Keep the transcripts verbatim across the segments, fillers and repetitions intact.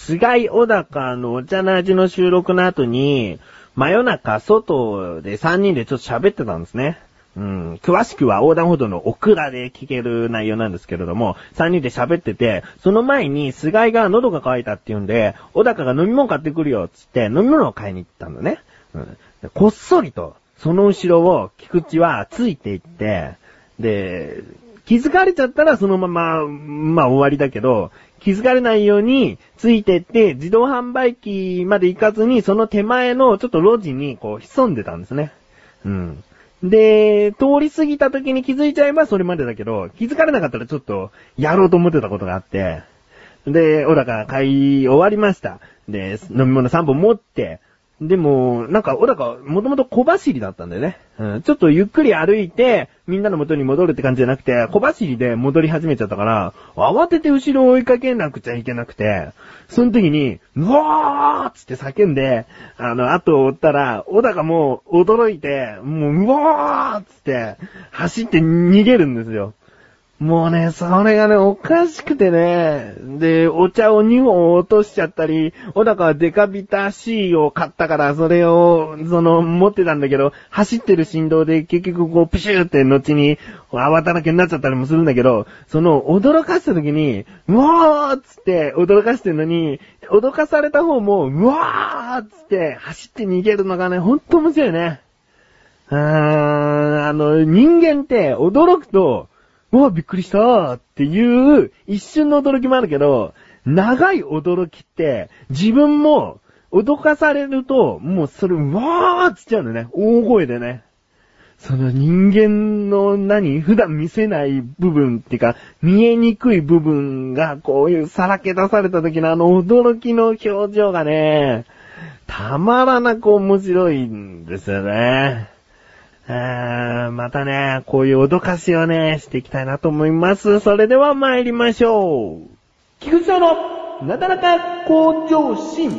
菅井小高のお茶の味の収録の後に、真夜中外でさんにんでちょっと喋ってたんですね。うん、詳しくは横断歩道のオクラで聞ける内容なんですけれども、さんにんで喋ってて、その前に菅井が喉が渇いたって言うんで、小高が飲み物買ってくるよっつって飲み物を買いに行ったんだね。うん、こっそりと、その後ろを菊池はついていって、で、気づかれちゃったらそのまま、まあ終わりだけど、気づかれないようについてって、自動販売機まで行かずに、その手前のちょっと路地にこう潜んでたんですね。うん。で、通り過ぎた時に気づいちゃえばそれまでだけど、気づかれなかったらちょっとやろうと思ってたことがあって、で、小高買い終わりました。で、飲み物さんぼん持って、でも、なんか、小高、もともと小走りだったんだよね。うん。ちょっとゆっくり歩いて、みんなの元に戻るって感じじゃなくて、小走りで戻り始めちゃったから、慌てて後ろを追いかけなくちゃいけなくて、その時に、うわーっつって叫んで、あの、後を追ったら、小高も驚いて、もう、うわーっつって、走って逃げるんですよ。もうね、それがね、おかしくてね。で、お茶をにほん落としちゃったり、小高はデカビタ C を買ったから、それを、その、持ってたんだけど、走ってる振動で結局こう、プシューって後に、泡だらけになっちゃったりもするんだけど、その、驚かした時に、うわーっつって、驚かしてるのに、脅かされた方も、うわーっつって、走って逃げるのがね、ほんと面白いね。あー、あの、人間って驚くと、うわ、びっくりしたーっていう一瞬の驚きもあるけど、長い驚きって自分も脅かされるともうそれうわーって言っちゃうんだよね。大声でね。その人間の何普段見せない部分っていうか見えにくい部分がこういうさらけ出された時のあの驚きの表情がね、たまらなく面白いんですよね。あーまたね、こういう脅かしをね、していきたいなと思います。それでは参りましょう。菊池翔のなだらか向上心。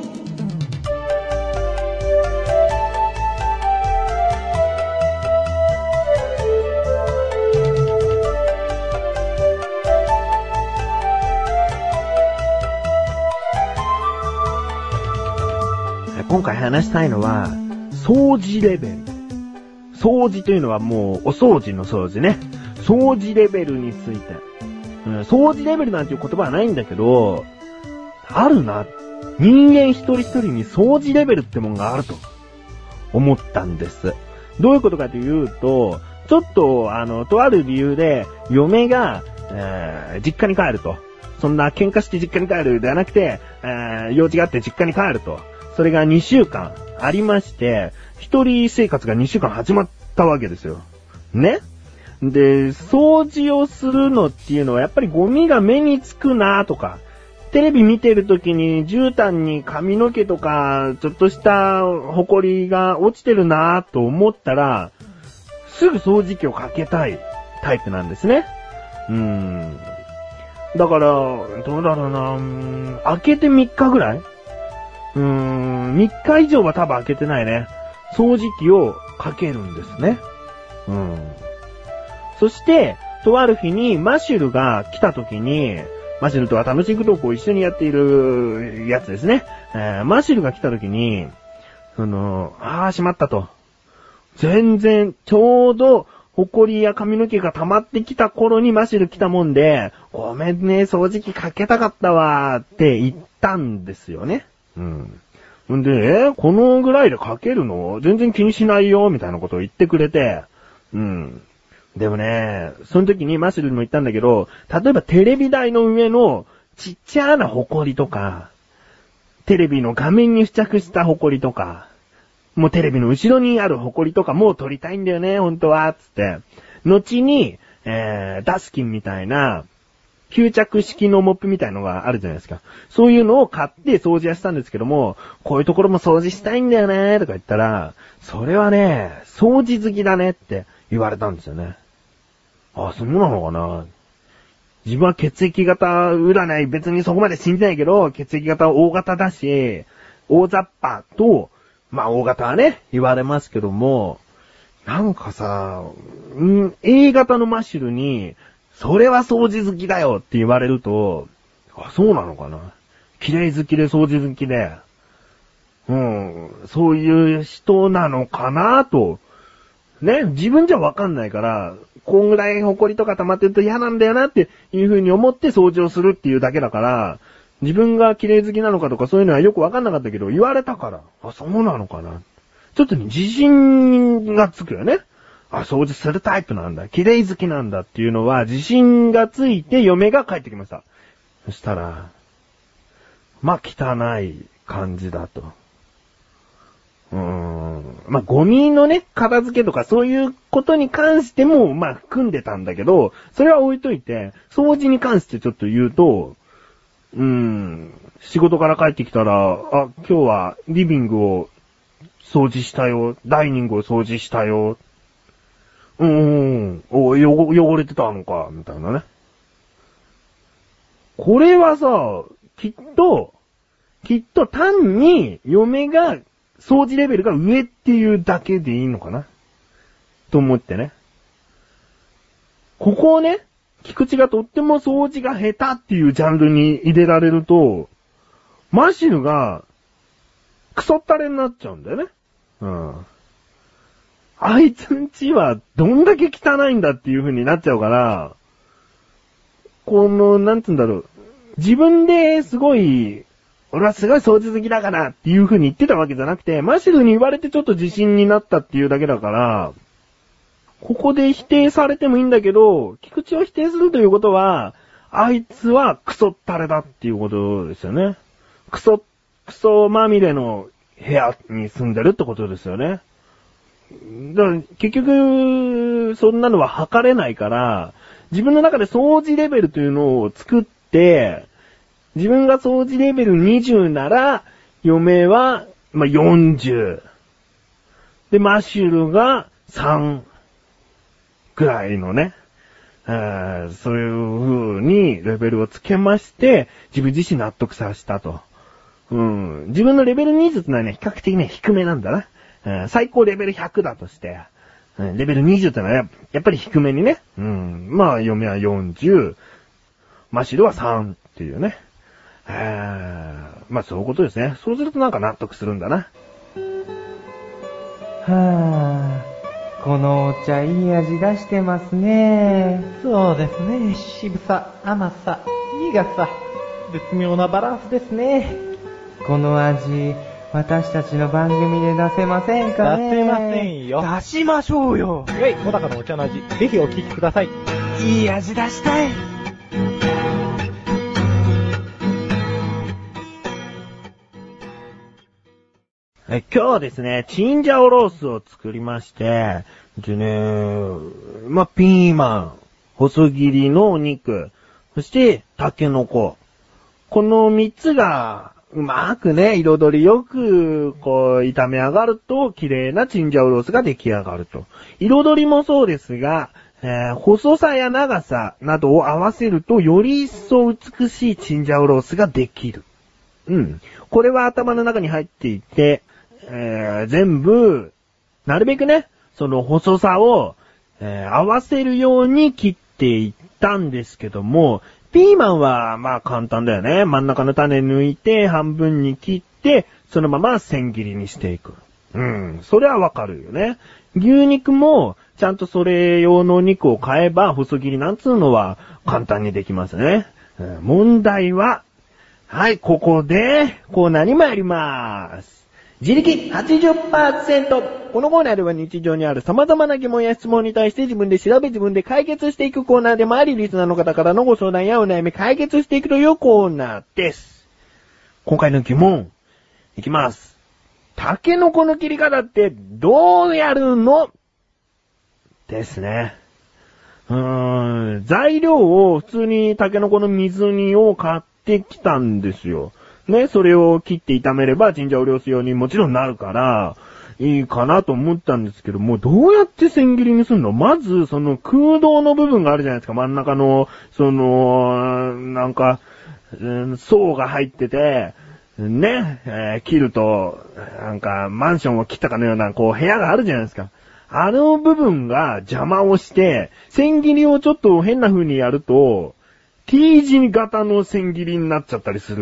今回話したいのは、掃除レベル。掃除というのはもうお掃除の掃除ね。掃除レベルについて。うん、掃除レベルなんていう言葉はないんだけど、あるな。人間一人一人に掃除レベルってもんがあると思ったんです。どういうことかというと、ちょっとあの、とある理由で嫁が、えー、実家に帰ると。そんな喧嘩して実家に帰るではなくて、えー、用事があって実家に帰ると。それがにしゅうかんありまして、一人生活がにしゅうかん始まったわけですよ。ね？で、掃除をするのっていうのはやっぱりゴミが目につくなとか、テレビ見てる時に絨毯に髪の毛とか、ちょっとしたホコリが落ちてるなと思ったら、すぐ掃除機をかけたいタイプなんですね。うーん。だから、どうだろうな、うーん、開けてみっかぐらいうーん、みっか以上は多分開けてないね。掃除機をかけるんですね。うん。そして、とある日にマシュルが来た時に、マシュルとは楽しいことをこう一緒にやっているやつですね。えー、マシュルが来た時に、その、あーしまったと。全然、ちょうど、ホコリや髪の毛が溜まってきた頃にマシュル来たもんで、ごめんね、掃除機かけたかったわーって言ったんですよね。うん。んで、え、このぐらいでかけるの？全然気にしないよ、みたいなことを言ってくれて、うん。でもね、その時にマシュルにも言ったんだけど、例えばテレビ台の上のちっちゃなホコリとか、テレビの画面に付着したホコリとか、もうテレビの後ろにあるホコリとかもう取りたいんだよね、本当は、つって。後に、えー、ダスキンみたいな、吸着式のモップみたいのがあるじゃないですか。そういうのを買って掃除はしたんですけども、こういうところも掃除したいんだよね、とか言ったら、それはね、掃除好きだねって言われたんですよね。あ、そうなのかな。自分は血液型占い別にそこまで信じないけど、血液型は大型だし、大雑把と、まあ大型はね、言われますけども、なんかさ、ん A 型のマッシュルに、それは掃除好きだよって言われると、あ、そうなのかな。 綺麗好きで掃除好きで、うん、そういう人なのかなと。ね、自分じゃわかんないから、こんぐらい埃とか溜まってると嫌なんだよなっていう風に思って掃除をするっていうだけだから、自分が綺麗好きなのかとかそういうのはよくわかんなかったけど、言われたから、あ、そうなのかな。ちょっとね、自信がつくよね。あ、掃除するタイプなんだ。綺麗好きなんだっていうのは、自信がついて嫁が帰ってきました。そしたら、まあ、汚い感じだと。うーん。まあ、ゴミのね、片付けとかそういうことに関しても、まあ、含んでたんだけど、それは置いといて、掃除に関してちょっと言うと、うーん、仕事から帰ってきたら、あ、今日はリビングを掃除したよ。ダイニングを掃除したよ。うーん、お、よ、汚れてたのか、みたいなね。これはさ、きっと、きっと単に嫁が掃除レベルが上っていうだけでいいのかなと思ってね。ここをね、菊池がとっても掃除が下手っていうジャンルに入れられると、マシルがクソったれになっちゃうんだよね。うん。あいつんちはどんだけ汚いんだっていう風になっちゃうから、この、なんつうんだろう。自分ですごい、俺はすごい掃除好きだからっていう風に言ってたわけじゃなくて、マシルに言われてちょっと自信になったっていうだけだから、ここで否定されてもいいんだけど、菊池を否定するということは、あいつはクソったれだっていうことですよね。クソ、クソまみれの部屋に住んでるってことですよね。だから結局、そんなのは測れないから、自分の中で掃除レベルというのを作って、自分が掃除レベルにじゅうなら、嫁は、まあ、よんじゅう。で、マシュルがさんくらいのね、そういう風にレベルをつけまして、自分自身納得させたと。うん、自分のレベルにじゅうってのはね、比較的ね、低めなんだな。うん、最高レベルひゃくだとして、うん、レベルにじゅうってのはやっぱり低めにね、うん、まあ嫁はよんじゅう、マシルはさんっていうね。まあそういうことですね。そうするとなんか納得するんだな。 はぁ、このお茶いい味出してますね。 そうですね。渋さ、甘さ、苦さ、絶妙なバランスですね。 この味、私たちの番組で出せませんかね。 出せませんよ。 出しましょうよ。 はい、小高のお茶の味、ぜひお聞きください。 いい味出したい。 え今日はですね、チンジャオロースを作りまして、でね、まあ、ピーマン、細切りのお肉、そして、タケノコ。この三つが、うまくね、彩りよく、こう、炒め上がると、綺麗なチンジャオロースが出来上がると。彩りもそうですが、えー、細さや長さなどを合わせると、より一層美しいチンジャオロースができる。うん。これは頭の中に入っていて、えー、全部、なるべくね、その細さを、えー、合わせるように切っていったんですけども、ピーマンは、まあ簡単だよね。真ん中の種抜いて、半分に切って、そのまま千切りにしていく。うん、それはわかるよね。牛肉も、ちゃんとそれ用の肉を買えば、細切りなんつうのは、簡単にできますね。うん、問題は、はい、ここで、コーナーに参ります。自力 はちじゅっパーセント。このコーナーでは日常にある様々な疑問や質問に対して自分で調べ自分で解決していくコーナーでもあり、リスナーの方からのご相談やお悩み解決していくというコーナーです。今回の疑問、いきます。タケノコの切り方ってどうやるの？ですね。うーん、材料を普通にタケノコの水煮を買ってきたんですよ。ね、それを切って炒めればチンジャオロース用にもちろんなるから、いいかなと思ったんですけども、どうやって千切りにするの？まず、その空洞の部分があるじゃないですか。真ん中の、その、なんか、うん、層が入ってて、ね、えー、切ると、なんか、マンションを切ったかのような、こう、部屋があるじゃないですか。あの部分が邪魔をして、千切りをちょっと変な風にやると、T 字型の千切りになっちゃったりする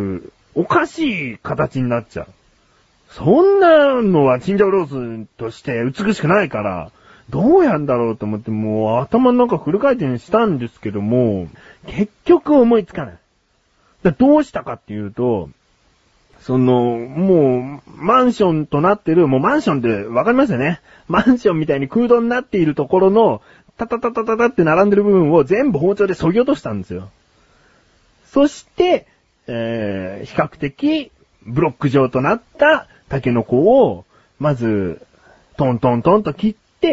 おかしい形になっちゃう。そんなのはチンジャオロースとして美しくないから、どうやんだろうと思ってもう頭の中フル回転したんですけども、結局思いつかない。だどうしたかっていうと、その、もう、マンションとなってる、もうマンションってわかりますよね。マンションみたいに空洞になっているところの、タタタタタタって並んでる部分を全部包丁で削ぎ落としたんですよ。そして、えー、比較的、ブロック状となったタケノコを、まず、トントントンと切って、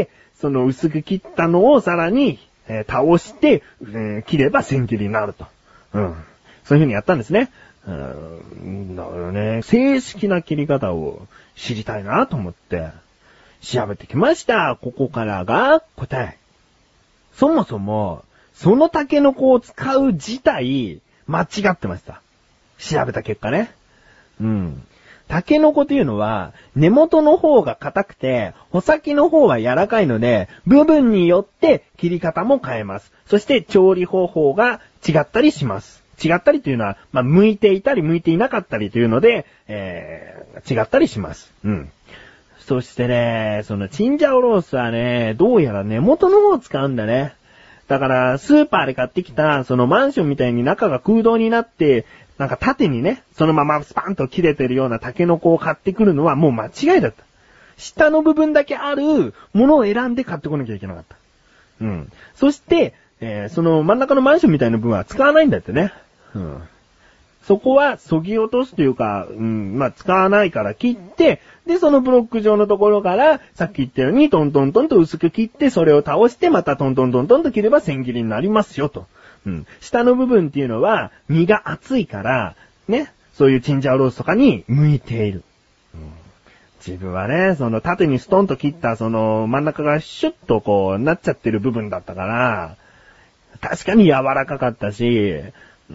その薄く切ったのをさらに、えー、倒して、えー、切れば千切りになると。うん。そういう風にやったんですね。うん、だからね、正式な切り方を知りたいなと思って、調べてきました。ここからが答え。そもそも、そのタケノコを使う自体、間違ってました。調べた結果ね。うん。タケノコっていうのは、根元の方が硬くて、穂先の方は柔らかいので、部分によって切り方も変えます。そして調理方法が違ったりします。違ったりというのは、まあ、向いていたり向いていなかったりというので、えー、違ったりします。うん。そしてね、そのチンジャオロースはね、どうやら根元の方を使うんだね。だから、スーパーで買ってきた、そのマンションみたいに中が空洞になって、なんか縦にね、そのままスパンと切れてるようなタケノコを買ってくるのはもう間違いだった。下の部分だけあるものを選んで買ってこなきゃいけなかった。うん。そして、えー、その真ん中のマンションみたいな部分は使わないんだってね。うん。そこは削ぎ落とすというか、うん、まあ、使わないから切って、で、そのブロック状のところから、さっき言ったようにトントントンと薄く切って、それを倒して、またトントントントンと切れば千切りになりますよと。うん。下の部分っていうのは、身が厚いから、ね、そういうチンジャオロースとかに向いている。うん、自分はね、その縦にストンと切った、その真ん中がシュッとこうなっちゃってる部分だったから、確かに柔らかかったし、うん、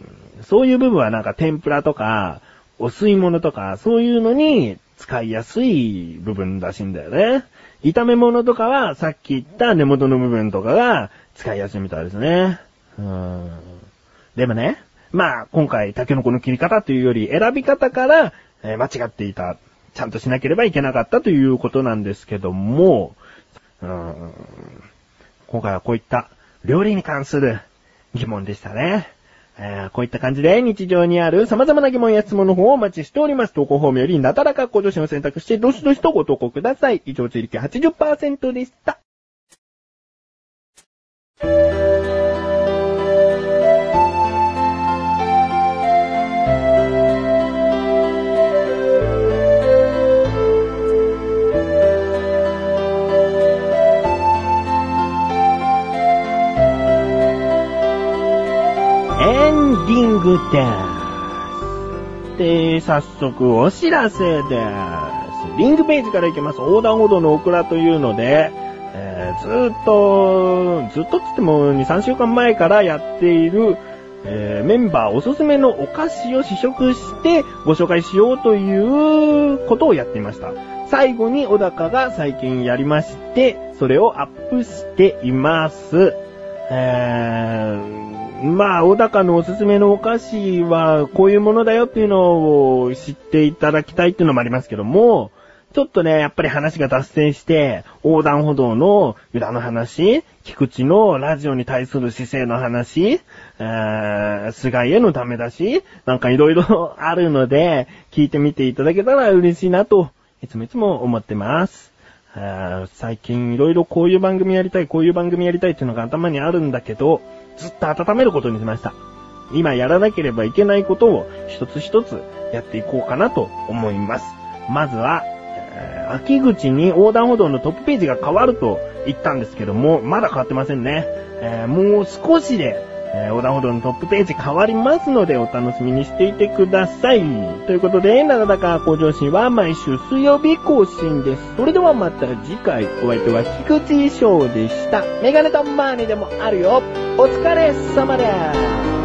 そういう部分はなんか天ぷらとか、お吸い物とか、そういうのに使いやすい部分らしいんだよね。炒め物とかはさっき言った根元の部分とかが使いやすいみたいですね。うーん。でもね、まあ今回タケノコの切り方というより選び方から、えー、間違っていた。ちゃんとしなければいけなかったということなんですけども、うーん、今回はこういった料理に関する疑問でしたね。えー、こういった感じで日常にある様々な疑問や質問の方をお待ちしております。投稿フォームよりなだらか向上心を選択してどしどしとご投稿ください。以上、自力 はちじゅっパーセント でした。エンディングです。で、早速お知らせです。リンクページから行けます。横断歩道のオクラというので、えー、ずーっと、ずっとつってもに、さんしゅうかんまえからやっている、えー、メンバーおすすめのお菓子を試食してご紹介しようということをやっていました。最後に小高が最近やりまして、それをアップしています。えー、まあ、小高のおすすめのお菓子はこういうものだよっていうのを知っていただきたいっていうのもありますけども、ちょっとね、やっぱり話が脱線して、横断歩道の裏の話、菊池のラジオに対する姿勢の話、えー、菅井へのダメ出し、なんかいろいろあるので、聞いてみていただけたら嬉しいなと、いつもいつも思ってます。最近いろいろこういう番組やりたい、こういう番組やりたいっていうのが頭にあるんだけど、ずっと温めることにしました。今やらなければいけないことを一つ一つやっていこうかなと思います。まずは、えー、秋口に横断歩道のトップページが変わると言ったんですけども、まだ変わってませんね。えー、もう少しで、えー、横断歩道のトップページ変わりますのでお楽しみにしていてください。ということで、なだらか向上心は毎週水曜日更新です。それではまた次回、お相手は菊池翔でした。メガネとマーニでもあるよ。お疲れ様です。